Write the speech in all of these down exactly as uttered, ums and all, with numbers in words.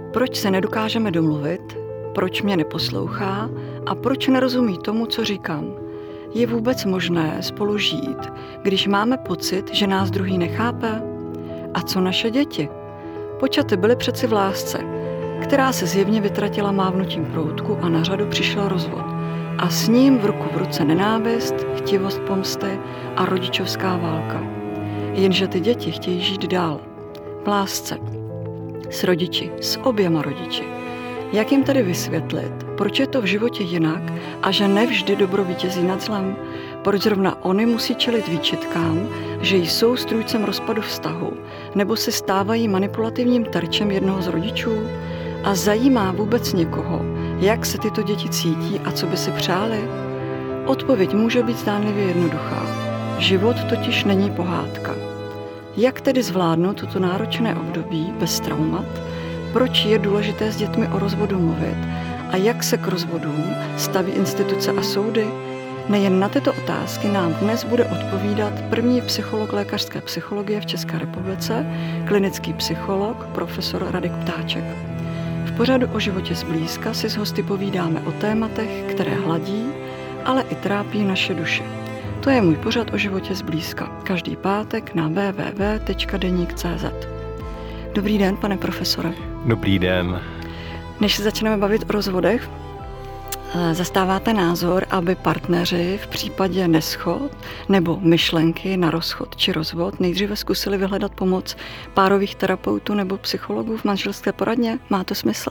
Proč se nedokážeme domluvit, proč mě neposlouchá a proč nerozumí tomu, co říkám. Je vůbec možné spolu žít, když máme pocit, že nás druhý nechápe? A co naše děti? Počaty byly přeci v lásce, která se zjevně vytratila mávnutím proutku a na řadu přišel rozvod. A s ním v ruku v ruce nenávist, chtivost pomsty a rodičovská válka. Jenže ty děti chtějí žít dál. V lásce. S rodiči, s oběma rodiči. Jak jim tedy vysvětlit, proč je to v životě jinak a že nevždy dobro vítězí nad zlem? Proč zrovna oni musí čelit výčitkám, že jsou strůjcem rozpadu vztahu, nebo se stávají manipulativním terčem jednoho z rodičů? A zajímá vůbec někoho, jak se tyto děti cítí a co by si přáli? Odpověď může být zdánlivě jednoduchá. Život totiž není pohádka. Jak tedy zvládnout toto náročné období bez traumat? Proč je důležité s dětmi o rozvodu mluvit? A jak se k rozvodům staví instituce a soudy? Nejen na tyto otázky nám dnes bude odpovídat první psycholog lékařské psychologie v České republice, klinický psycholog, profesor Radek Ptáček. V pořadu o životě zblízka si s hosty povídáme o tématech, které hladí, ale i trápí naše duše. To je můj pořad o životě zblízka. Každý pátek na w w w tečka deník tečka c z. Dobrý den, pane profesore. Dobrý den. Než se začneme bavit o rozvodech, zastáváte názor, aby partneři v případě neschod nebo myšlenky na rozchod či rozvod nejdříve zkusili vyhledat pomoc párových terapeutů nebo psychologů v manželské poradně? Má to smysl?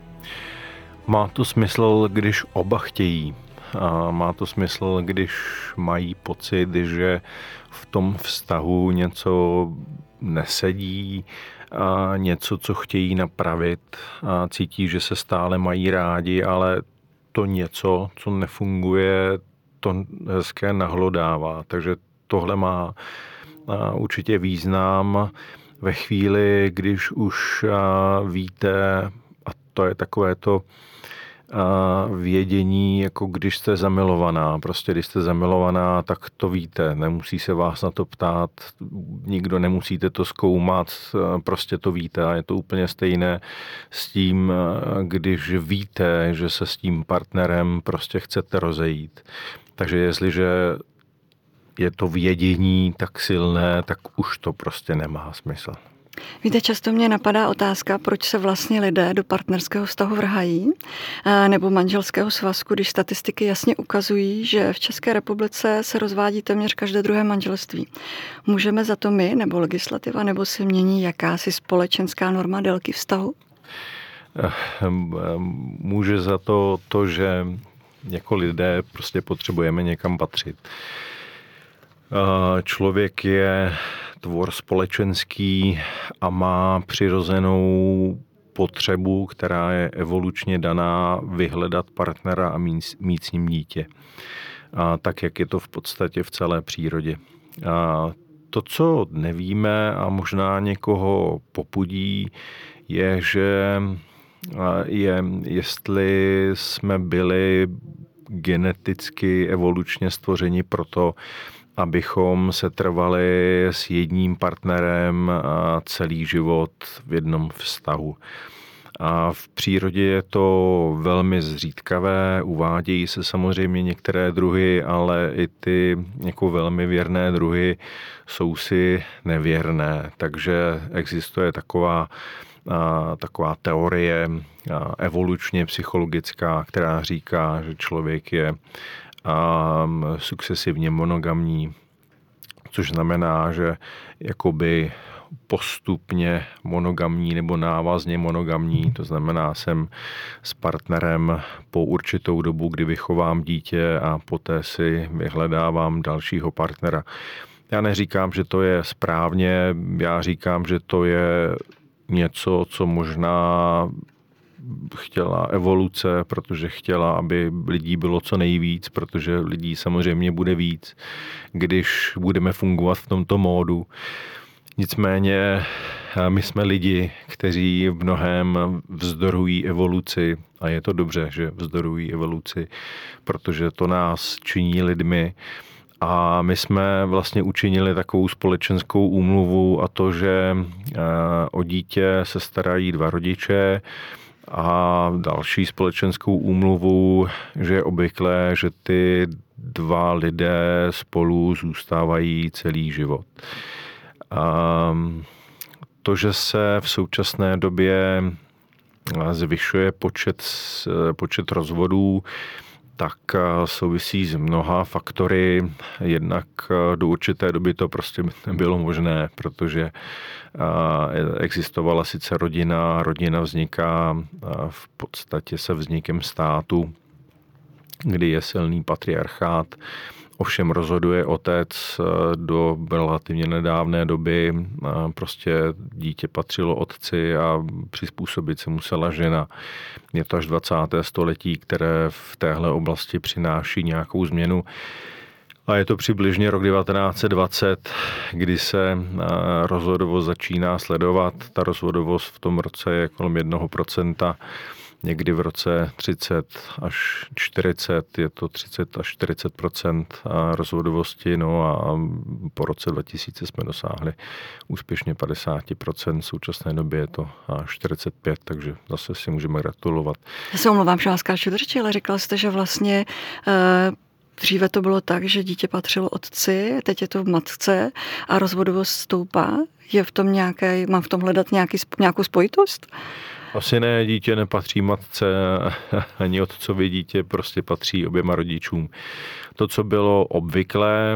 Má to smysl, když oba chtějí. A má to smysl, když mají pocit, že v tom vztahu něco nesedí, a něco, co chtějí napravit, a cítí, že se stále mají rádi, ale to něco, co nefunguje, to hezké nahlodává. Takže tohle má určitě význam ve chvíli, když už víte, a to je takové to vědění, jako když jste zamilovaná. Prostě když jste zamilovaná, tak to víte. Nemusí se vás na to ptát, nikdo nemusíte to zkoumat, prostě to víte. A je to úplně stejné s tím, když víte, že se s tím partnerem prostě chcete rozejít. Takže jestliže je to vědění tak silné, tak už to prostě nemá smysl. Víte, často mě napadá otázka, proč se vlastně lidé do partnerského vztahu vrhají nebo manželského svazku, když statistiky jasně ukazují, že v České republice se rozvádí téměř každé druhé manželství. Můžeme za to my, nebo legislativa, nebo se mění jakási společenská norma délky vztahu? Může za to to, že jako lidé prostě potřebujeme někam patřit. Člověk je tvor společenský a má přirozenou potřebu, která je evolučně daná, vyhledat partnera a mít, mít s ním dítě. A tak, jak je to v podstatě v celé přírodě. A to, co nevíme a možná někoho popudí, je, že je, jestli jsme byli geneticky evolučně stvořeni proto, abychom se trvali s jedním partnerem celý život v jednom vztahu. A v přírodě je to velmi zřídkavé, uvádějí se samozřejmě některé druhy, ale i ty jako velmi věrné druhy jsou si nevěrné. Takže existuje taková, taková teorie evolučně psychologická, která říká, že člověk je a sukcesivně monogamní, což znamená, že jakoby postupně monogamní nebo návazně monogamní, to znamená, jsem s partnerem po určitou dobu, kdy vychovám dítě a poté si vyhledávám dalšího partnera. Já neříkám, že to je správně, já říkám, že to je něco, co možná chtěla evoluce, protože chtěla, aby lidí bylo co nejvíc, protože lidí samozřejmě bude víc, když budeme fungovat v tomto módu. Nicméně my jsme lidi, kteří v mnohém vzdorují evoluci a je to dobře, že vzdorují evoluci, protože to nás činí lidmi A my jsme vlastně učinili takovou společenskou úmluvu a to, že o dítě se starají dva rodiče, a další společenskou úmluvu, že je obvyklé, že ty dva lidé spolu zůstávají celý život. A to, že se v současné době zvyšuje počet, počet rozvodů, tak souvisí s mnoha faktory. Jednak do určité doby to prostě nebylo možné, protože existovala sice rodina, rodina vzniká v podstatě se vznikem státu, kdy je silný patriarchát. Ovšem rozhoduje otec do relativně nedávné doby. Prostě dítě patřilo otci a přizpůsobit se musela žena. Je to až dvacáté století, které v téhle oblasti přináší nějakou změnu. A je to přibližně rok devatenáct set dvacet, kdy se rozvodovost začíná sledovat. Ta rozvodovost v tom roce je kolem jednoho procenta. Někdy v roce třicet až čtyřicet, je to třicet až čtyřicet procent rozvodovosti, no a po roce dva tisíce jsme dosáhli úspěšně padesát procent, v současné době je to čtyřicet pět, takže zase si můžeme gratulovat. Já se omlouvám, že vás skáču do řeči, ale říkala jste, že vlastně e, dříve to bylo tak, že dítě patřilo otci, teď je to v matce a rozvodovost stoupá. Je v tom nějaké, mám v tom hledat nějaký, nějakou spojitost? Asi ne, dítě nepatří matce, ani otcovi, dítě prostě patří oběma rodičům. To, co bylo obvyklé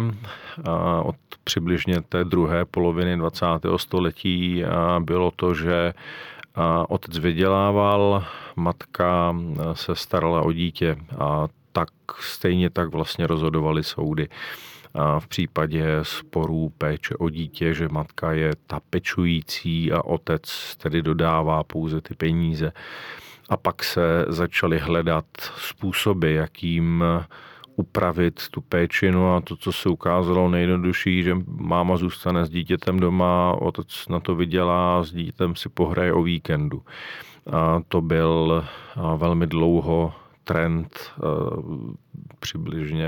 od přibližně té druhé poloviny dvacátého století, bylo to, že otec vydělával, matka se starala o dítě a tak stejně tak vlastně rozhodovaly soudy. A v případě sporů péče o dítě, že matka je ta pečující a otec tedy dodává pouze ty peníze. A pak se začaly hledat způsoby, jakým upravit tu péči. No a to, co se ukázalo nejjednodušší, že máma zůstane s dítětem doma, otec na to vydělá, s dítětem si pohraje o víkendu. A to byl velmi dlouho trend, přibližně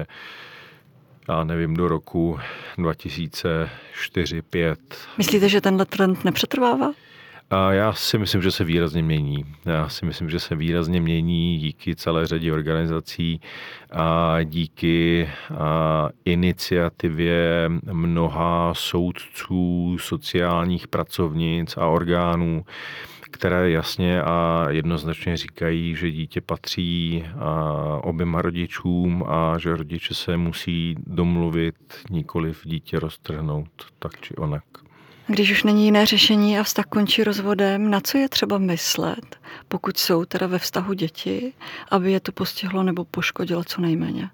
já nevím, do roku dva tisíce čtyři pět. Myslíte, že tenhle trend nepřetrvává? A já si myslím, že se výrazně mění. Já si myslím, že se výrazně mění díky celé řadě organizací a díky a iniciativě mnoha soudců, sociálních pracovnic a orgánů, které jasně a jednoznačně říkají, že dítě patří oběma rodičům a že rodiče se musí domluvit, nikoliv dítě roztrhnout tak či onak. Když už není jiné řešení a vztah končí rozvodem, na co je třeba myslet, pokud jsou teda ve vztahu děti, aby je to postihlo nebo poškodilo co nejméně?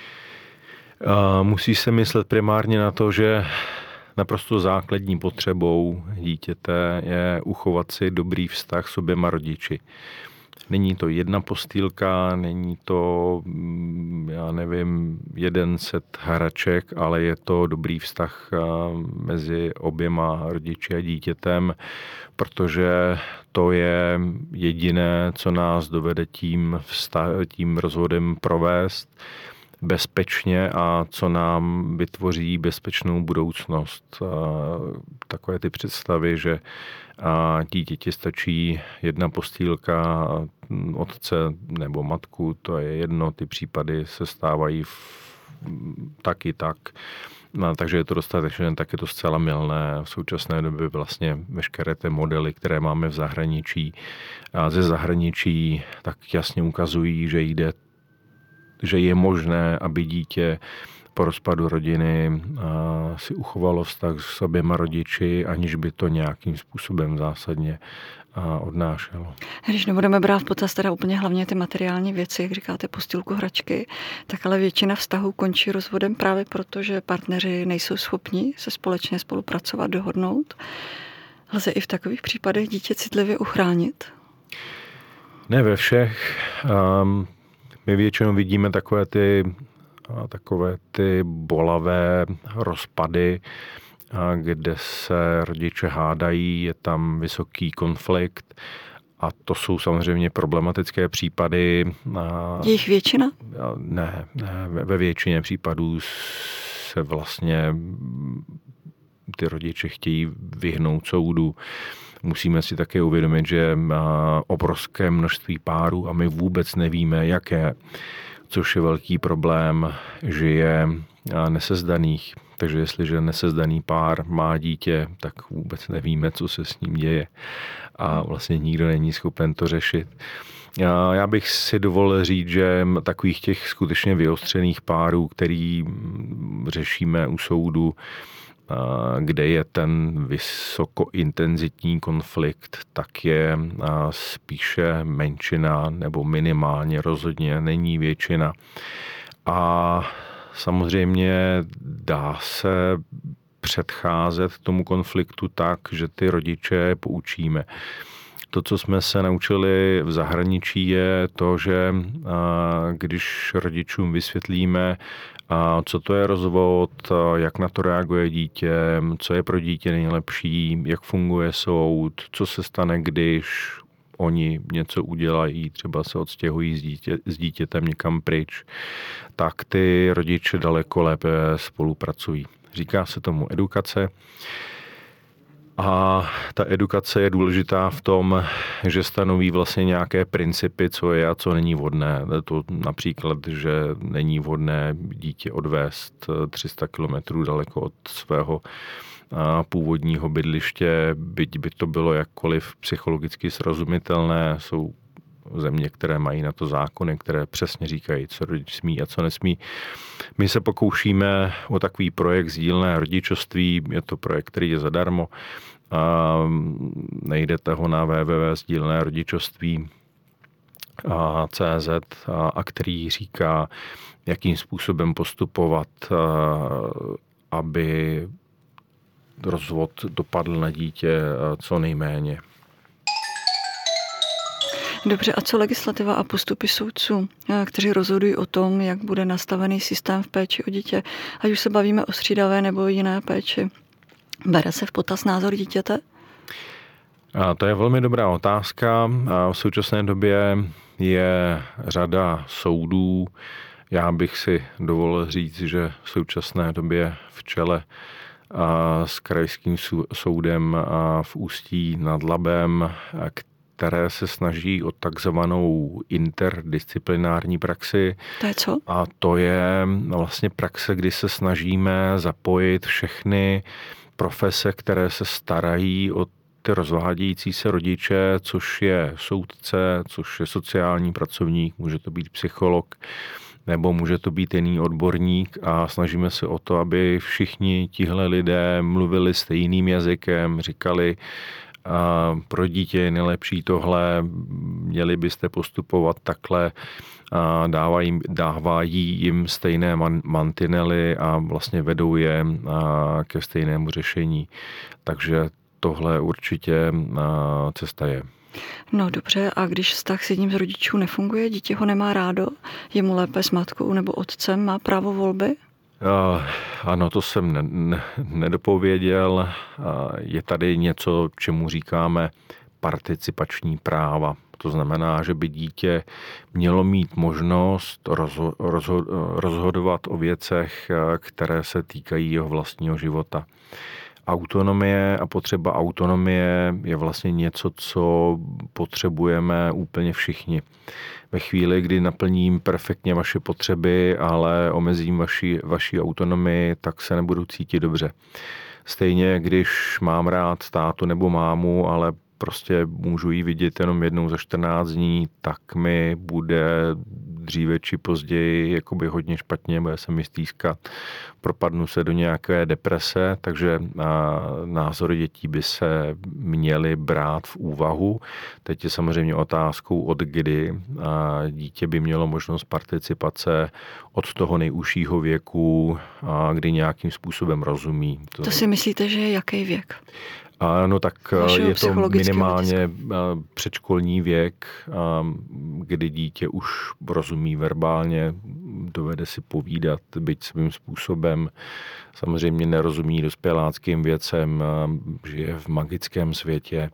Musí se myslet primárně na to, že naprosto základní potřebou dítěte je uchovat si dobrý vztah s oběma rodiči. Není to jedna postýlka, není to, já nevím, jeden set hraček, ale je to dobrý vztah mezi oběma rodiči a dítětem, protože to je jediné, co nás dovede tím, vztah, tím rozvodem provést bezpečně a co nám vytvoří bezpečnou budoucnost. Takové ty představy, že dítěti stačí jedna postýlka, otce nebo matku, to je jedno, ty případy se stávají v, tak i tak. No, takže je to dostatečné, tak je to zcela mylné. V současné době vlastně veškeré ty modely, které máme v zahraničí a ze zahraničí, tak jasně ukazují, že jde že je možné, aby dítě po rozpadu rodiny si uchovalo vztah s oběma rodiči, aniž by to nějakým způsobem zásadně odnášelo. Když nebudeme brát v potaz teda úplně hlavně ty materiální věci, jak říkáte, postýlku, hračky, tak ale většina vztahů končí rozvodem právě proto, že partneři nejsou schopni se společně spolupracovat, dohodnout. Lze i v takových případech dítě citlivě uchránit? Ne ve všech. Um, My většinou vidíme takové ty, takové ty bolavé rozpady, kde se rodiče hádají, je tam vysoký konflikt a to jsou samozřejmě problematické případy. Je jich většina? Ne, ne ve většině případů se vlastně ty rodiče chtějí vyhnout soudu. Musíme si také uvědomit, že obrovské množství párů, a my vůbec nevíme, jaké, což je velký problém, že je nesezdaných. Takže jestliže nesezdaný pár má dítě, tak vůbec nevíme, co se s ním děje. A vlastně nikdo není schopen to řešit. Já bych si dovolil říct, že takových těch skutečně vyostřených párů, který řešíme u soudu, kde je ten vysokointenzitní konflikt, tak je spíše menšina nebo minimálně rozhodně není většina. A samozřejmě dá se předcházet tomu konfliktu tak, že ty rodiče poučíme. To, co jsme se naučili v zahraničí, je to, že když rodičům vysvětlíme, co to je rozvod, jak na to reaguje dítě, co je pro dítě nejlepší, jak funguje soud, co se stane, když oni něco udělají, třeba se odstěhují s, dítě, s dítětem někam pryč, tak ty rodiče daleko lépe spolupracují. Říká se tomu edukace. A ta edukace je důležitá v tom, že stanoví vlastně nějaké principy, co je a co není vhodné. To například, že není vhodné dítě odvést tři sta kilometrů daleko od svého původního bydliště, byť by to bylo jakkoliv psychologicky srozumitelné. Jsou země, které mají na to zákony, které přesně říkají, co rodič smí a co nesmí. My se pokoušíme o takový projekt sdílné rodičovství. Je to projekt, který je zadarmo. A najdete ho na w w w tečka sdílné rodičovství tečka c z a, a který říká, jakým způsobem postupovat, a, aby rozvod dopadl na dítě co nejméně. Dobře, a co legislativa a postupy soudců, kteří rozhodují o tom, jak bude nastavený systém v péči o dítě, ať už se bavíme o střídavé nebo jiné péči? Bere se v potaz názor dítěte? A to je velmi dobrá otázka. A v současné době je řada soudů. Já bych si dovolil říct, že v současné době v čele a s krajským soudem a v Ústí nad Labem, které se snaží o takzvanou interdisciplinární praxi. To je co? A to je vlastně praxe, kdy se snažíme zapojit všechny profese, které se starají o ty rozvádějící se rodiče, což je soudce, což je sociální pracovník, může to být psycholog, nebo může to být jiný odborník, a snažíme se o to, aby všichni tihle lidé mluvili stejným jazykem, říkali, a pro dítě je nejlepší tohle, měli byste postupovat takhle, a dávají, dávají jim stejné mantinely a vlastně vedou je ke stejnému řešení. Takže tohle určitě cesta je. No dobře, a když vztah s jedním z rodičů nefunguje, dítě ho nemá rádo, je mu lépe s matkou nebo otcem, má právo volby? Uh, ano, to jsem ne, ne, nedopověděl. Uh, je tady něco, čemu říkáme participační práva. To znamená, že by dítě mělo mít možnost rozho, rozho, rozhodovat o věcech, které se týkají jeho vlastního života. Autonomie a potřeba autonomie je vlastně něco, co potřebujeme úplně všichni. Ve chvíli, kdy naplním perfektně vaše potřeby, ale omezím vaši, vaši autonomii, tak se nebudu cítit dobře. Stejně, když mám rád tátu nebo mámu, ale prostě můžu ji vidět jenom jednou za čtrnáct dní, tak mi bude dříve či později jakoby hodně špatně, bude se mi stýskat, propadnu se do nějaké deprese, takže názory dětí by se měly brát v úvahu. Teď je samozřejmě otázkou, od kdy dítě by mělo možnost participace od toho nejúžšího věku, kdy nějakým způsobem rozumí. To, to si myslíte, že je jaký věk? No tak je to minimálně předškolní věk, kdy dítě už rozumí verbálně, dovede si povídat, byť svým způsobem. Samozřejmě nerozumí dospěláckým věcem, žije v magickém světě.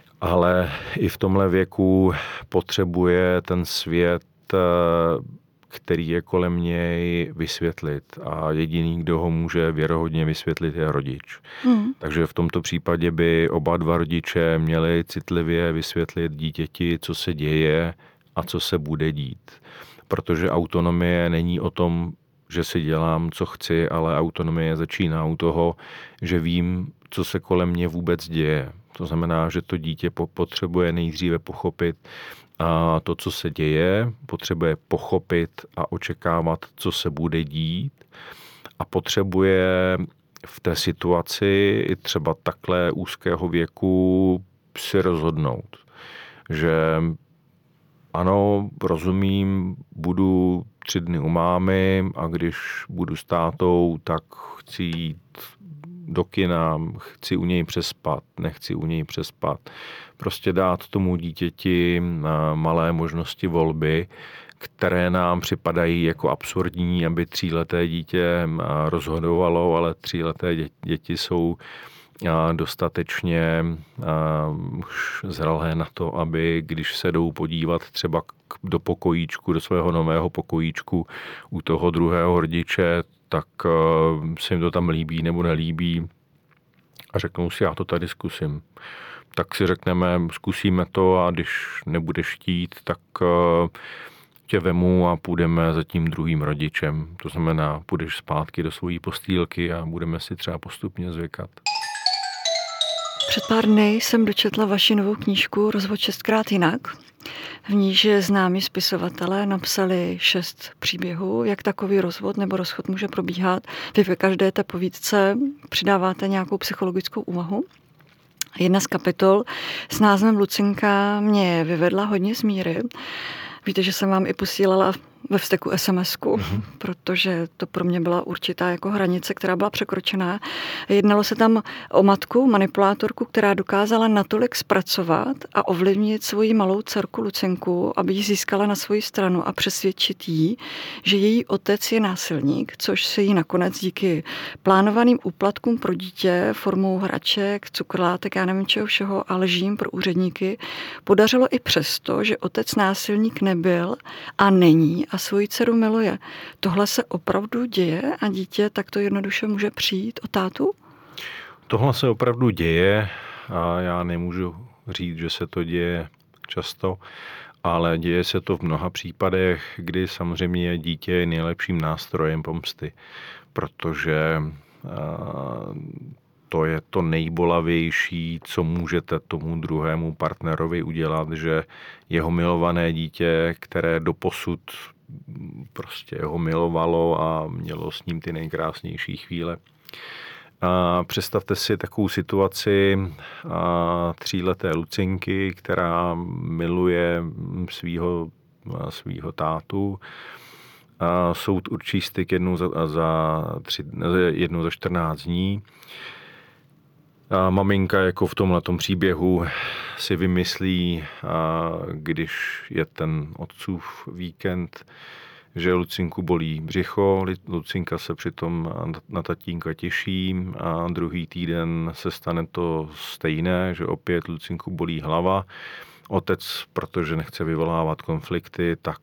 Ale i v tomhle věku potřebuje ten svět který je kolem něj, vysvětlit. A jediný, kdo ho může věrohodně vysvětlit, je rodič. Mm. Takže v tomto případě by oba dva rodiče měli citlivě vysvětlit dítěti, co se děje a co se bude dít. Protože autonomie není o tom, že si dělám, co chci, ale autonomie začíná u toho, že vím, co se kolem mě vůbec děje. To znamená, že to dítě potřebuje nejdříve pochopit a to, co se děje, potřebuje pochopit a očekávat, co se bude dít a potřebuje v té situaci i třeba takhle úzkého věku si rozhodnout, že ano, rozumím, budu tři dny u mámy a když budu s tátou, tak chci jít do kina, chci u něj přespat, nechci u něj přespat. Prostě dát tomu dítěti malé možnosti volby, které nám připadají jako absurdní, aby tříleté dítě rozhodovalo, ale tříleté děti jsou dostatečně zralé na to, aby když se jdou podívat třeba do pokojíčku, do svého nového pokojíčku u toho druhého rodiče, tak se jim to tam líbí nebo nelíbí a řeknou si, já to tady zkusím. Tak si řekneme, zkusíme to a když nebudeš chtít, tak tě vemu a půjdeme za tím druhým rodičem. To znamená, půjdeš zpátky do svojí postýlky a budeme si třeba postupně zvykat. Před pár dny jsem dočetla vaši novou knížku Rozvod šestkrát jinak. V níž známí spisovatelé napsali šest příběhů, jak takový rozvod nebo rozchod může probíhat. Vy ve každé té povídce přidáváte nějakou psychologickou úvahu. Jedna z kapitol s názvem Lucinka mě vyvedla hodně z míry. Víte, že jsem vám i posílala ve vzteku es em esku, mm-hmm. protože to pro mě byla určitá jako hranice, která byla překročená. Jednalo se tam o matku, manipulátorku, která dokázala natolik zpracovat a ovlivnit svoji malou dcerku Lucinku, aby ji získala na svoji stranu a přesvědčit jí, že její otec je násilník, což se jí nakonec díky plánovaným úplatkům pro dítě formou hraček, cukrlátek, já nevím čeho všeho a lžím pro úředníky podařilo i přesto, že otec násilník nebyl a není a svoji dceru miluje. Tohle se opravdu děje a dítě takto jednoduše může přijít o tátu? Tohle se opravdu děje a já nemůžu říct, že se to děje často, ale děje se to v mnoha případech, kdy samozřejmě dítě je nejlepším nástrojem pomsty, protože to je to nejbolavější, co můžete tomu druhému partnerovi udělat, že jeho milované dítě, které doposud prostě ho milovalo a mělo s ním ty nejkrásnější chvíle. A představte si takovou situaci tříleté Lucinky, která miluje svýho, svýho tátu. A soud určí styk jednou za, za, tři, jednou za čtrnáct dní. A maminka jako v tomhletom příběhu si vymyslí, když je ten otcův víkend, že Lucinku bolí břicho, Lucinka se přitom na tatínka těší a druhý týden se stane to stejné, že opět Lucinku bolí hlava. Otec, protože nechce vyvolávat konflikty, tak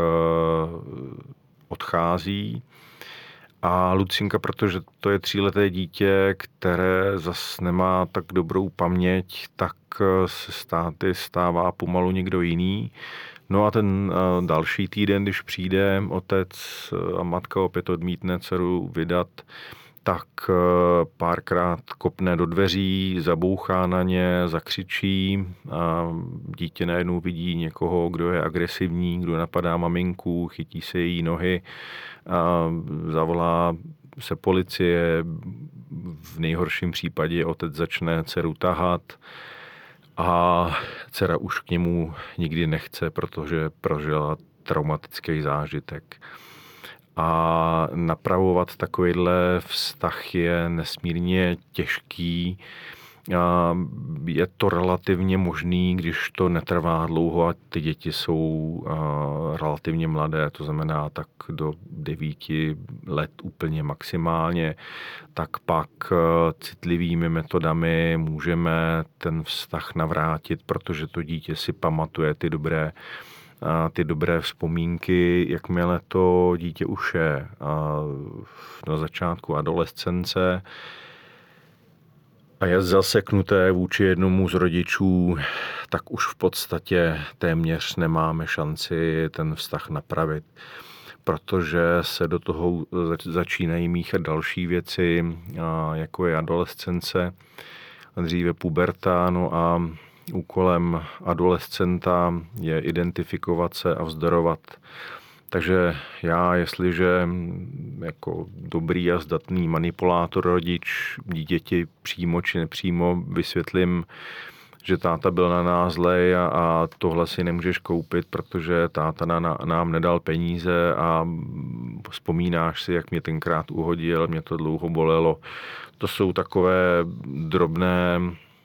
odchází. A Lucinka, protože to je tříleté dítě, které zas nemá tak dobrou paměť, tak se státy stává pomalu někdo jiný. No a ten další týden, když přijde otec a matka opět odmítne dceru vydat, tak párkrát kopne do dveří, zabouchá na ně, zakřičí a dítě najednou vidí někoho, kdo je agresivní, kdo napadá maminku, chytí se její nohy, a zavolá se policie, v nejhorším případě otec začne dceru tahat a dcera už k němu nikdy nechce, protože prožila traumatický zážitek. A napravovat takovýhle vztah je nesmírně těžký. Je to relativně možný, když to netrvá dlouho a ty děti jsou relativně mladé, to znamená tak do devíti let úplně maximálně, tak pak citlivými metodami můžeme ten vztah navrátit, protože to dítě si pamatuje ty dobré a ty dobré vzpomínky, jakmile to dítě už je na začátku adolescence a je zaseknuté vůči jednomu z rodičů, tak už v podstatě téměř nemáme šanci ten vztah napravit, protože se do toho začínají míchat další věci, jako je adolescence, dříve puberta, no a úkolem adolescenta je identifikovat se a vzdorovat. Takže já, jestliže jako dobrý a zdatný manipulátor rodič dítěti přímo či nepřímo vysvětlím, že táta byl na nás zlej a, a tohle si nemůžeš koupit, protože táta na, na, nám nedal peníze a vzpomínáš si, jak mě tenkrát uhodil, mě to dlouho bolelo. To jsou takové drobné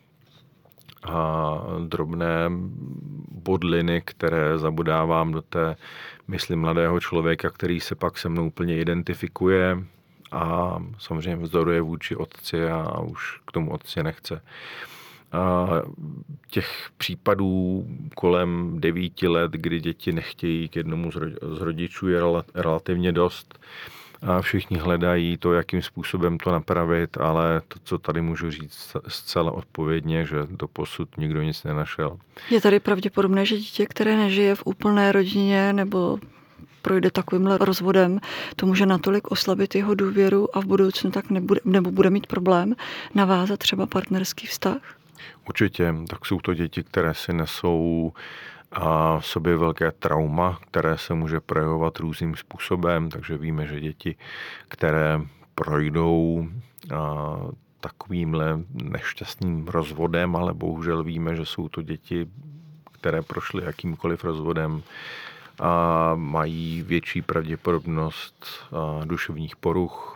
a drobné bodliny, které zabudávám do té mysli mladého člověka, který se pak se mnou úplně identifikuje a samozřejmě vzdoruje vůči otci a už k tomu otci nechce. A těch případů kolem devíti let, kdy děti nechtějí k jednomu z rodičů, je relativně dost. A všichni hledají to, jakým způsobem to napravit, ale to, co tady můžu říct zcela odpovědně, že doposud nikdo nic nenašel. Je tady pravděpodobné, že dítě, které nežije v úplné rodině nebo projde takovýmhle rozvodem, to může natolik oslabit jeho důvěru a v budoucnu tak nebude, nebo bude mít problém navázat třeba partnerský vztah? Určitě, tak jsou to děti, které si nesou a v sobě velké trauma, které se může projevovat různým způsobem, takže víme, že děti, které projdou a, takovýmhle nešťastným rozvodem, ale bohužel víme, že jsou to děti, které prošly jakýmkoliv rozvodem a mají větší pravděpodobnost a, duševních poruch,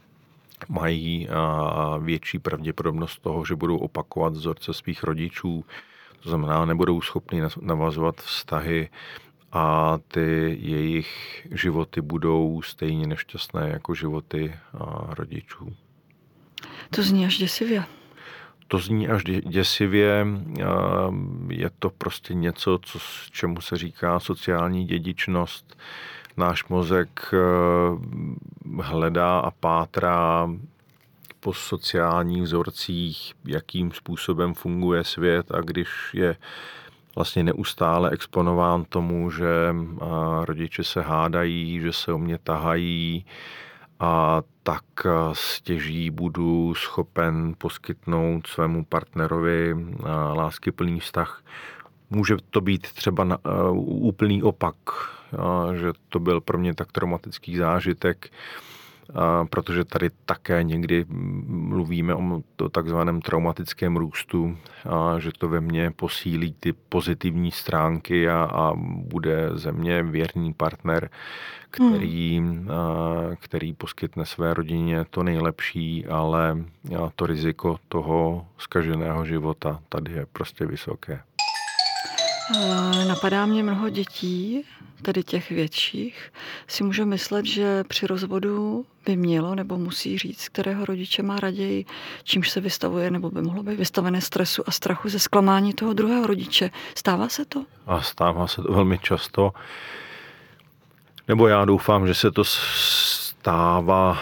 mají a, větší pravděpodobnost toho, že budou opakovat vzorce svých rodičů. To znamená, nebudou schopni navazovat vztahy a ty jejich životy budou stejně nešťastné jako životy rodičů. To zní až děsivě. To zní až děsivě. Je to prostě něco, co, čemu se říká sociální dědičnost. Náš mozek hledá a pátrá po sociálních vzorcích, jakým způsobem funguje svět, a když je vlastně neustále exponován tomu, že rodiče se hádají, že se o mě tahají, a tak stěží budu schopen poskytnout svému partnerovi láskyplný vztah. Může to být třeba na, uh, úplný opak, uh, že to byl pro mě tak traumatický zážitek, uh, protože tady také někdy mluvíme o takzvaném traumatickém růstu, uh, že to ve mně posílí ty pozitivní stránky a, a bude ze mě věrný partner, který, hmm. uh, který poskytne své rodině to nejlepší, ale uh, to riziko toho zkaženého života tady je prostě vysoké. Napadá mě mnoho dětí, tedy těch větších, si může myslet, že při rozvodu by mělo nebo musí říct, kterého rodiče má raději, čímž se vystavuje nebo by mohlo být vystavené stresu a strachu ze zklamání toho druhého rodiče. Stává se to? A stává se to velmi často. Nebo já doufám, že se to stávalo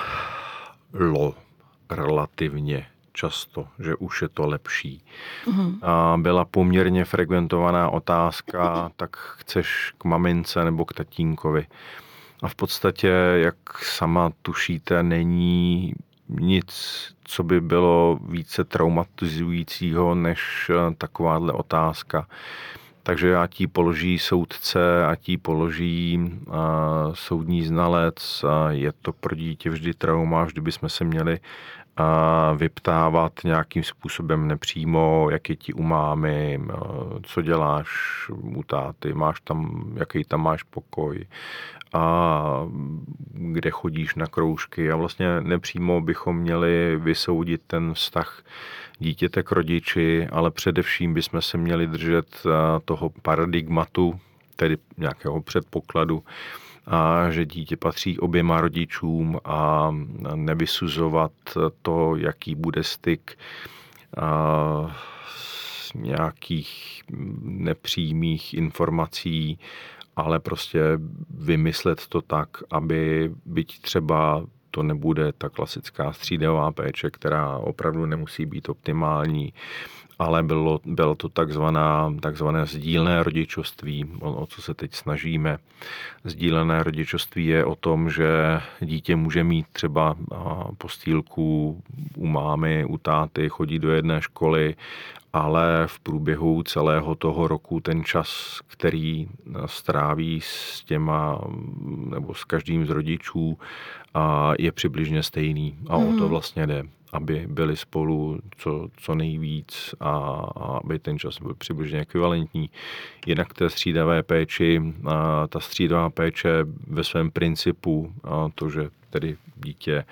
relativně často, že už je to lepší. Uhum. A byla poměrně frekventovaná otázka, tak chceš k mamince nebo k tatínkovi. A v podstatě, jak sama tušíte, není nic, co by bylo více traumatizujícího než takováhle otázka. Takže já ti položí soudce a ti položí a, soudní znalec. A je to pro dítě vždy trauma, vždy bychom se měli a vyptávat nějakým způsobem nepřímo, jak je ti u mámy, co děláš u táty, máš tam, jaký tam máš pokoj a kde chodíš na kroužky. A vlastně nepřímo bychom měli vysoudit ten vztah dítěte k rodiči, ale především bychom se měli držet toho paradigmatu, tedy nějakého předpokladu, a že dítě patří oběma rodičům a nevysuzovat to, jaký bude styk nějakých nepřímých informací, ale prostě vymyslet to tak, aby byť třeba to nebude ta klasická střídavá péče, která opravdu nemusí být optimální, ale bylo, bylo to takzvaná, takzvané sdílené rodičovství, o, o co se teď snažíme. Sdílené rodičovství je o tom, že dítě může mít třeba postýlku u mámy, u táty, chodí do jedné školy, ale v průběhu celého toho roku ten čas, který stráví s těma nebo s každým z rodičů, je přibližně stejný. A mm. o to vlastně jde, aby byli spolu co, co nejvíc a, a aby ten čas byl přibližně ekvivalentní. Jinak té střídavé péči, a ta střídavá péče ve svém principu, a to, že tedy dítě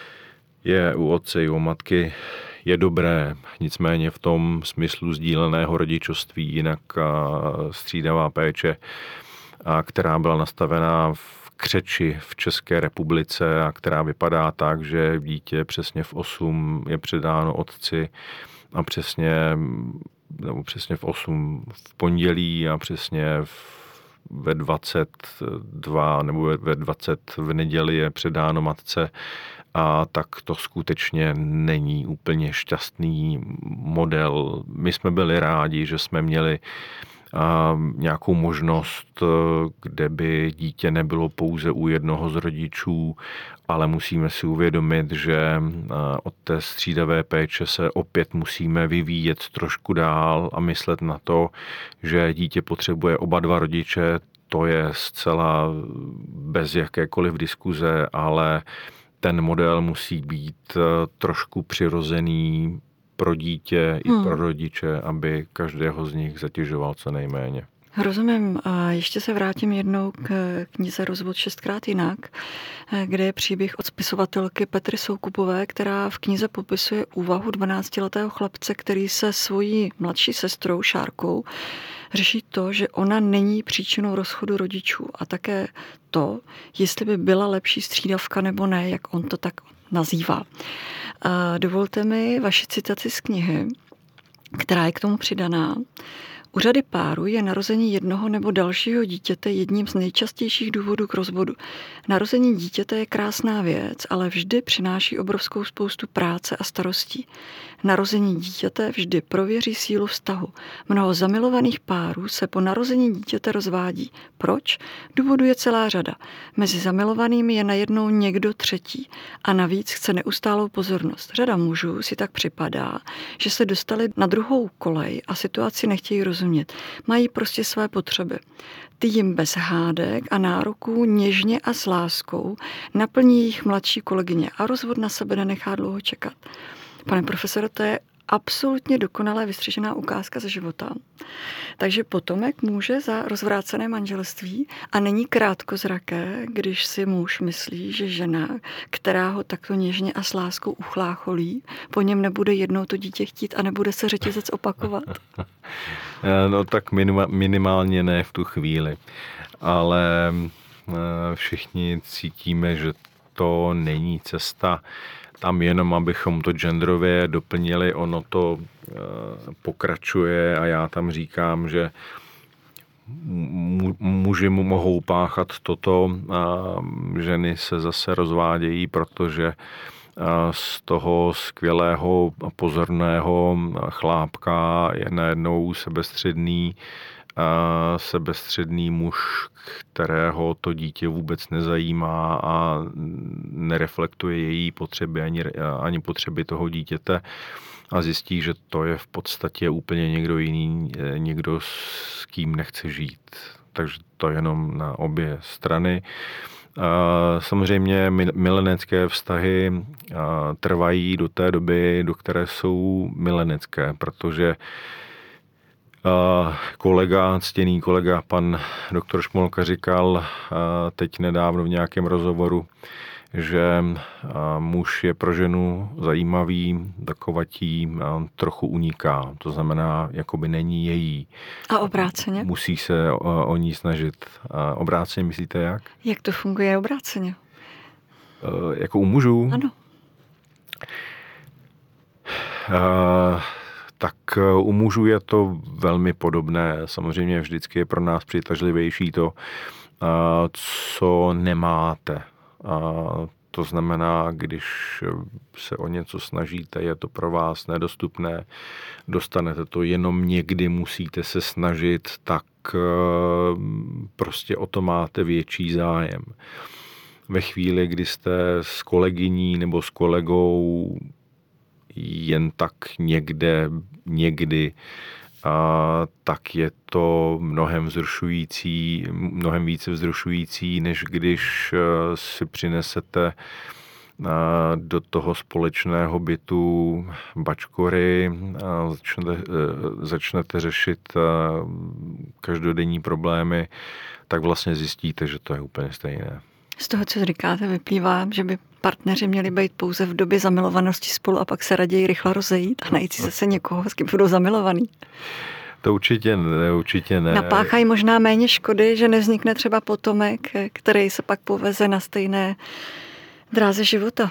je u otce i u matky, je dobré, nicméně v tom smyslu sdíleného rodičovství, jinak střídavá péče, která byla nastavená v křeči v České republice a která vypadá tak, že dítě přesně v osm je předáno otci a přesně, nebo přesně v osm v pondělí a přesně v ve dvacet dva nebo ve dvacet v neděli je předáno matce, a tak to skutečně není úplně šťastný model. My jsme byli rádi, že jsme měli a nějakou možnost, kde by dítě nebylo pouze u jednoho z rodičů, ale musíme si uvědomit, že od té střídavé péče se opět musíme vyvíjet trošku dál a myslet na to, že dítě potřebuje oba dva rodiče. To je zcela bez jakékoliv diskuze, ale ten model musí být trošku přirozený pro dítě hmm. i pro rodiče, aby každého z nich zatěžoval co nejméně. Rozumím. A ještě se vrátím jednou k knize Rozvod šestkrát jinak, kde je příběh od spisovatelky Petry Soukupové, která v knize popisuje úvahu dvanáctiletého chlapce, který se svojí mladší sestrou Šárkou řeší to, že ona není příčinou rozchodu rodičů a také to, jestli by byla lepší střídavka nebo ne, jak on to tak nazývá. A dovolte mi vaši citaci z knihy, která je k tomu přidaná. U řady párů je narození jednoho nebo dalšího dítěte jedním z nejčastějších důvodů k rozvodu. Narození dítěte je krásná věc, ale vždy přináší obrovskou spoustu práce a starostí. Narození dítěte vždy prověří sílu vztahu. Mnoho zamilovaných párů se po narození dítěte rozvádí. Proč? Důvodů je celá řada. Mezi zamilovanými je najednou někdo třetí a navíc chce neustálou pozornost. Řada mužů si tak připadá, že se dostali na druhou kolej a situaci nechtějí rozumět. Mají prostě své potřeby. Ty jim bez hádek a nároků něžně a s láskou naplní jejich mladší kolegyně a rozvod na sebe nenechá dlouho čekat. Pane profesore, to je absolutně dokonale vystřižená ukázka ze života. Takže potomek může za rozvrácené manželství a není krátkozraké, když si muž myslí, že žena, která ho takto něžně a s láskou uchlácholí, po něm nebude jednou to dítě chtít a nebude se řetězec opakovat. No tak minimálně ne v tu chvíli, ale všichni cítíme, že to není cesta. Tam jenom, abychom to genderově doplnili, ono to pokračuje a já tam říkám, že muži mu mohou páchat toto, ženy se zase rozvádějí, protože z toho skvělého a pozorného chlápka je najednou sebestředný sebestředný muž, kterého to dítě vůbec nezajímá a nereflektuje její potřeby ani, ani potřeby toho dítěte a zjistí, že to je v podstatě úplně někdo jiný, někdo, s kým nechce žít. Takže to jenom na obě strany. Samozřejmě milenecké vztahy trvají do té doby, do které jsou milenecké, protože kolega, ctěný kolega, pan doktor Šmolka říkal teď nedávno v nějakém rozhovoru, že muž je pro ženu zajímavý, takovatí, trochu uniká. To znamená, jakoby není její. A obráceně? Musí se o, o ní snažit. A obráceně myslíte jak? Jak to funguje obráceně? Jako u mužů? Ano. A Tak u mužů je to velmi podobné. Samozřejmě vždycky je pro nás přitažlivější to, co nemáte. To znamená, když se o něco snažíte, je to pro vás nedostupné, dostanete to jenom někdy, musíte se snažit, tak prostě o to máte větší zájem. Ve chvíli, kdy jste s kolegyní nebo s kolegou jen tak někde, někdy, a tak je to mnohem vzrušující, mnohem více vzrušující, než když si přinesete do toho společného bytu bačkory a začnete, začnete řešit každodenní problémy, tak vlastně zjistíte, že to je úplně stejné. Z toho, co říkáte, vyplývá, že by partneři měli být pouze v době zamilovanosti spolu a pak se raději rychle rozejít a najít si zase někoho, s kým budou zamilovaný. To určitě ne, určitě ne. Napáchají možná méně škody, že nevznikne třeba potomek, který se pak poveze na stejné dráze života.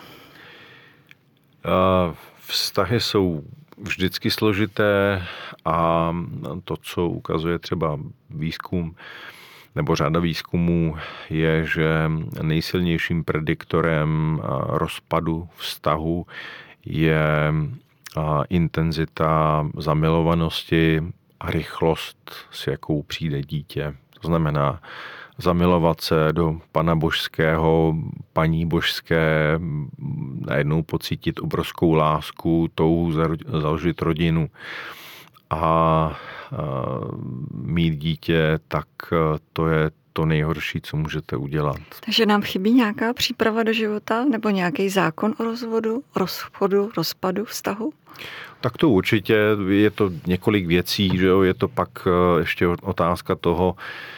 Vztahy jsou vždycky složité a to, co ukazuje třeba výzkum, nebo řada výzkumů, je, že nejsilnějším prediktorem rozpadu vztahu je intenzita zamilovanosti a rychlost, s jakou přijde dítě. To znamená zamilovat se do Pana Božského, Paní Božské, najednou pocítit obrovskou lásku, touhu založit rodinu a mít dítě, tak to je to nejhorší, co můžete udělat. Takže nám chybí nějaká příprava do života nebo nějaký zákon o rozvodu, rozchodu, rozpadu vztahu? Tak to určitě, je to několik věcí, že jo? Je to pak ještě otázka toho,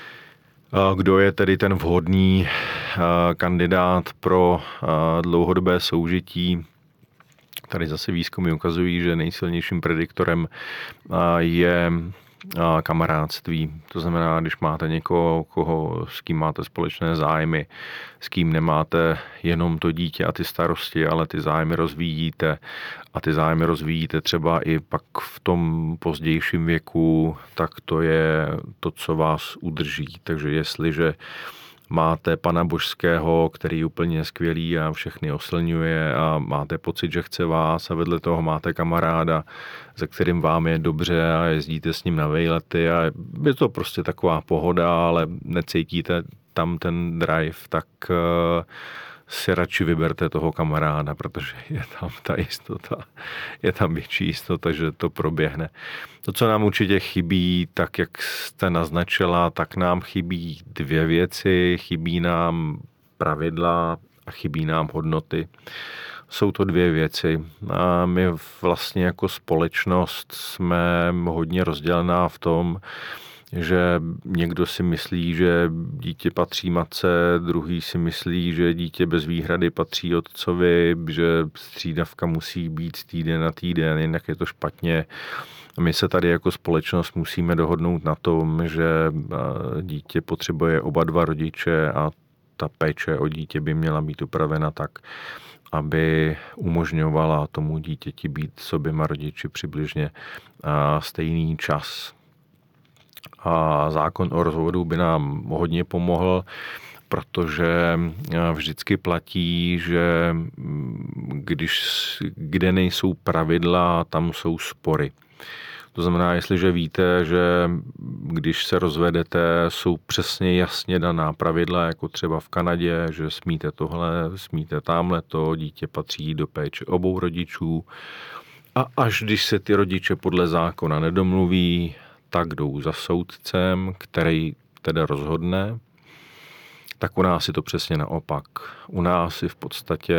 kdo je tedy ten vhodný kandidát pro dlouhodobé soužití. Tady zase výzkumy ukazují, že nejsilnějším prediktorem je kamarádství. To znamená, když máte někoho, koho, s kým máte společné zájmy, s kým nemáte jenom to dítě a ty starosti, ale ty zájmy rozvíjíte a ty zájmy rozvíjíte třeba i pak v tom pozdějším věku, tak to je to, co vás udrží. Takže jestliže máte Pana Božského, který je úplně skvělý a všechny oslňuje a máte pocit, že chce vás a vedle toho máte kamaráda, se kterým vám je dobře a jezdíte s ním na vejlety a je to prostě taková pohoda, ale necítíte tam ten drive, tak si radši vyberte toho kamaráda, protože je tam ta jistota, je tam větší jistota, že to proběhne. To, co nám určitě chybí, tak jak jste naznačila, tak nám chybí dvě věci. Chybí nám pravidla a chybí nám hodnoty. Jsou to dvě věci. A my vlastně jako společnost jsme hodně rozdělená v tom, že někdo si myslí, že dítě patří matce, druhý si myslí, že dítě bez výhrady patří otcovi, že střídavka musí být z týden na týden, jinak je to špatně. My se tady jako společnost musíme dohodnout na tom, že dítě potřebuje oba dva rodiče a ta péče o dítě by měla být upravena tak, aby umožňovala tomu dítěti být s oběma rodiči přibližně stejný čas. A zákon o rozvodu by nám hodně pomohl, protože vždycky platí, že když, kde nejsou pravidla, tam jsou spory. To znamená, jestliže víte, že když se rozvedete, jsou přesně jasně daná pravidla, jako třeba v Kanadě, že smíte tohle, smíte tamhleto, dítě patří do péče obou rodičů. A až když se ty rodiče podle zákona nedomluví, tak jdou za soudcem, který teda rozhodne, tak u nás je to přesně naopak. U nás je v podstatě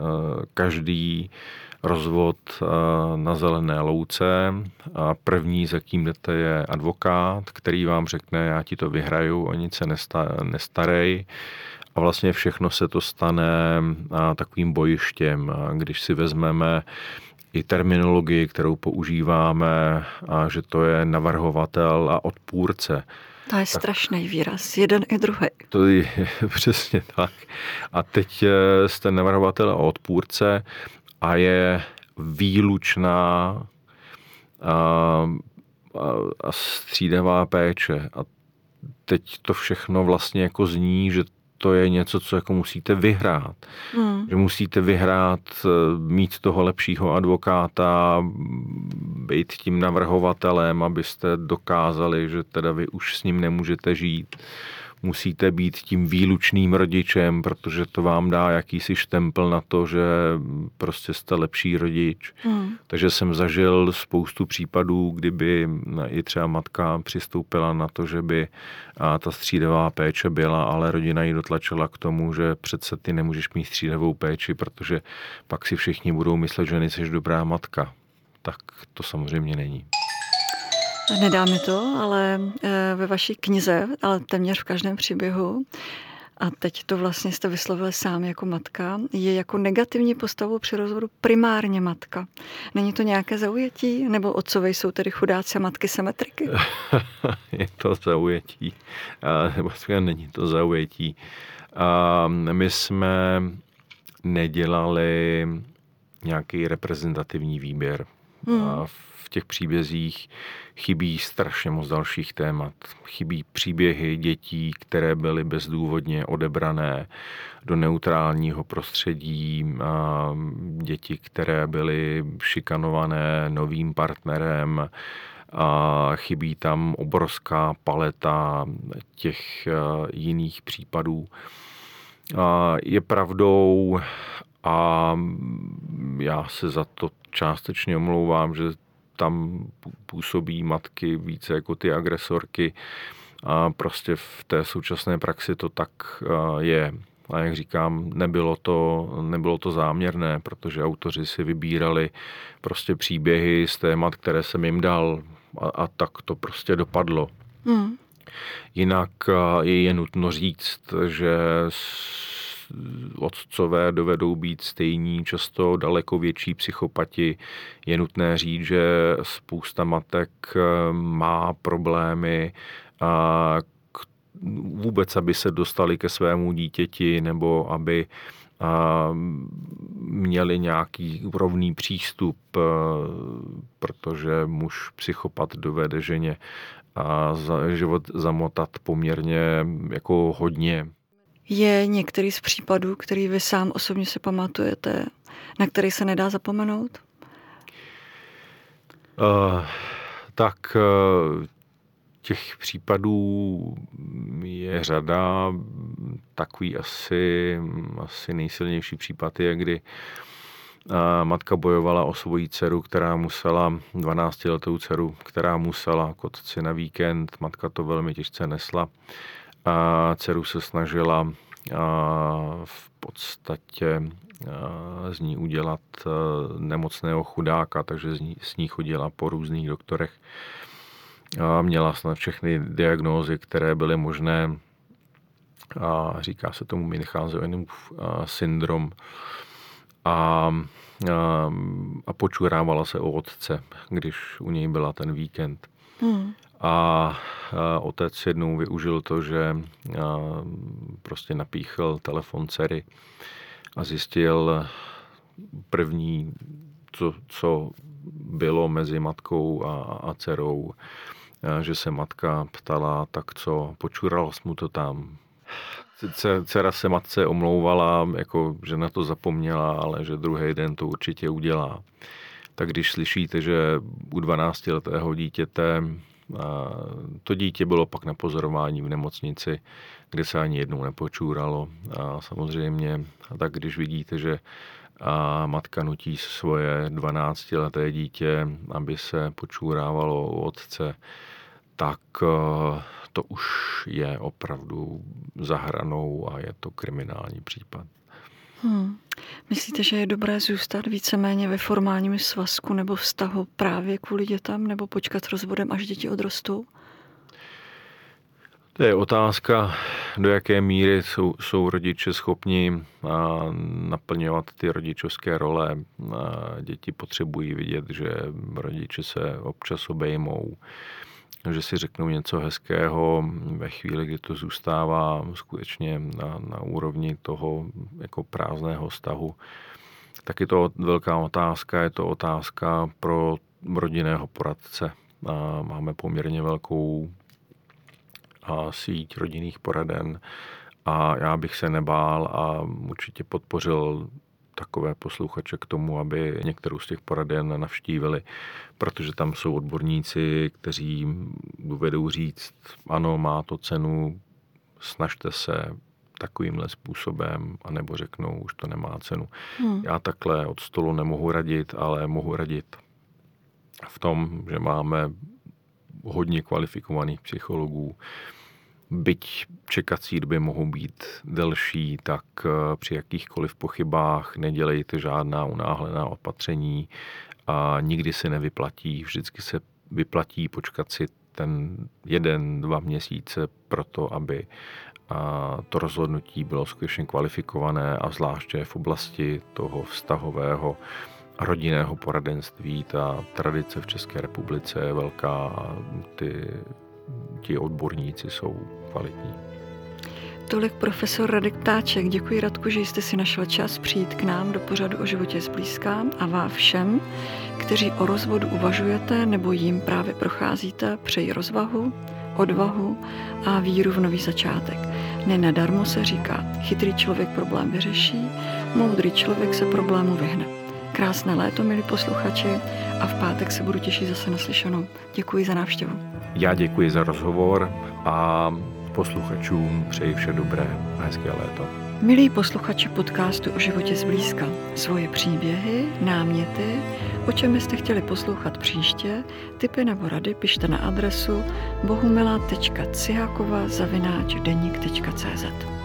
každý rozvod na zelené louce a první, za kým jdete, je advokát, který vám řekne, já ti to vyhraju, o nic se nestarej. A vlastně všechno se to stane takovým bojištěm. Když si vezmeme i terminologii, kterou používáme, a že to je navrhovatel a odpůrce. To je tak strašný výraz, jeden i druhý. To je přesně tak. A teď jste navrhovatel a odpůrce a je výlučná a, a, a střídavá péče. A teď to všechno vlastně jako zní, že to je něco, co jako musíte vyhrát. Hmm. Že musíte vyhrát, mít toho lepšího advokáta, být tím navrhovatelem, abyste dokázali, že teda vy už s ním nemůžete žít. Musíte být tím výlučným rodičem, protože to vám dá jakýsi štempel na to, že prostě jste lepší rodič. Hmm. Takže jsem zažil spoustu případů, kdyby i třeba matka přistoupila na to, že by ta střídavá péče byla, ale rodina ji dotlačila k tomu, že přece ty nemůžeš mít střídavou péči, protože pak si všichni budou myslet, že nejseš dobrá matka. Tak to samozřejmě není. Nedá mi to, ale ve vaší knize, ale téměř v každém příběhu, a teď to vlastně jste vyslovili sám jako matka, je jako negativní postavou při rozvodu primárně matka. Není to nějaké zaujetí? Nebo otcové jsou tedy chudáci a matky symetriky? Je to zaujetí. Nebo není to zaujetí. My jsme nedělali nějaký reprezentativní výběr. Hmm. V těch příbězích chybí strašně moc dalších témat. Chybí příběhy dětí, které byly bezdůvodně odebrané do neutrálního prostředí, a děti, které byly šikanované novým partnerem, a chybí tam obrovská paleta těch jiných případů. A je pravdou, a já se za to částečně omlouvám, že tam působí matky více jako ty agresorky a prostě v té současné praxi to tak je. A jak říkám, nebylo to, nebylo to záměrné, protože autoři si vybírali prostě příběhy z témat, které jsem jim dal, a, a tak to prostě dopadlo. Hmm. Jinak je, je nutno říct, že otcové dovedou být stejní, často daleko větší psychopati. Je nutné říct, že spousta matek má problémy a vůbec, aby se dostali ke svému dítěti nebo aby měli nějaký rovný přístup, protože muž psychopat dovede ženě a za život zamotat poměrně jako hodně. Je některý z případů, který vy sám osobně si pamatujete, na který se nedá zapomenout? Uh, tak uh, těch případů je řada. Takový asi, asi nejsilnější případ je, kdy uh, matka bojovala o svoji dceru, která musela, dvanáctiletou dceru, která musela k otci na víkend. Matka to velmi těžce nesla. A dceru se snažila a v podstatě z ní udělat nemocného chudáka, takže z ní, s ní chodila po různých doktorech. A měla snad všechny diagnózy, které byly možné. A říká se tomu Münchhausenův syndrom. A, a, a počurávala se o otce, když u něj byla ten víkend. Hmm. A otec jednou využil to, že prostě napíchl telefon dcery a zjistil první, co, co bylo mezi matkou a, a dcerou, že se matka ptala, tak co, počural jsi mu to tam. Dcera se matce omlouvala, jako, že na to zapomněla, ale že druhý den to určitě udělá. Tak když slyšíte, že u dvanáctiletého dítěte a to dítě bylo pak na pozorování v nemocnici, kde se ani jednou nepočůralo. A samozřejmě, a tak když vidíte, že a matka nutí svoje dvanáctileté dítě, aby se počůrávalo u otce, tak to už je opravdu za hranou a je to kriminální případ. Hmm. Myslíte, že je dobré zůstat víceméně ve formálním svazku nebo vztahu právě kvůli dětem, nebo počkat s rozvodem, až děti odrostou? To je otázka, do jaké míry jsou, jsou rodiče schopni naplňovat ty rodičovské role. Děti potřebují vidět, že rodiče se občas obejmou, že si řeknou něco hezkého ve chvíli, kdy to zůstává skutečně na, na úrovni toho jako prázdného vztahu. Tak je to velká otázka, je to otázka pro rodinného poradce. A máme poměrně velkou a síť rodinných poraden a já bych se nebál a určitě podpořil takové posluchače k tomu, aby některou z těch poraden navštívili, protože tam jsou odborníci, kteří dovedou říct, ano, má to cenu, snažte se takovýmhle způsobem, anebo řeknou, už to nemá cenu. Hmm. Já takhle od stolu nemohu radit, ale mohu radit v tom, že máme hodně kvalifikovaných psychologů. Byť čekací doby mohou být delší, tak při jakýchkoliv pochybách nedělejte žádná unáhlená opatření a nikdy se nevyplatí. Vždycky se vyplatí počkat si ten jeden, dva měsíce pro to, aby to rozhodnutí bylo skutečně kvalifikované a zvláště v oblasti toho vztahového rodinného poradenství. Ta tradice v České republice je velká a ty, ti odborníci jsou kvalitní. Tolik profesor Radek Ptáček. Děkuji, Radku, že jste si našel čas přijít k nám do pořadu O životě zblízka a vám všem, kteří o rozvodu uvažujete nebo jim právě procházíte, přeji rozvahu, odvahu a víru v nový začátek. Nenadarmo se říká, chytrý člověk problém vyřeší, moudrý člověk se problému vyhne. Krásné léto, milí posluchači, a v pátek se budu těšit zase naslyšenou. Děkuji za návštěvu. Já děkuji za rozhovor a posluchačům přeji vše dobré a hezké léto. Milí posluchači podcastu O životě zblízka, svoje příběhy, náměty, o čem byste chtěli poslouchat příště, tipy nebo rady pište na adresu bohumila tečka cihákova zavináč deník tečka cé zet.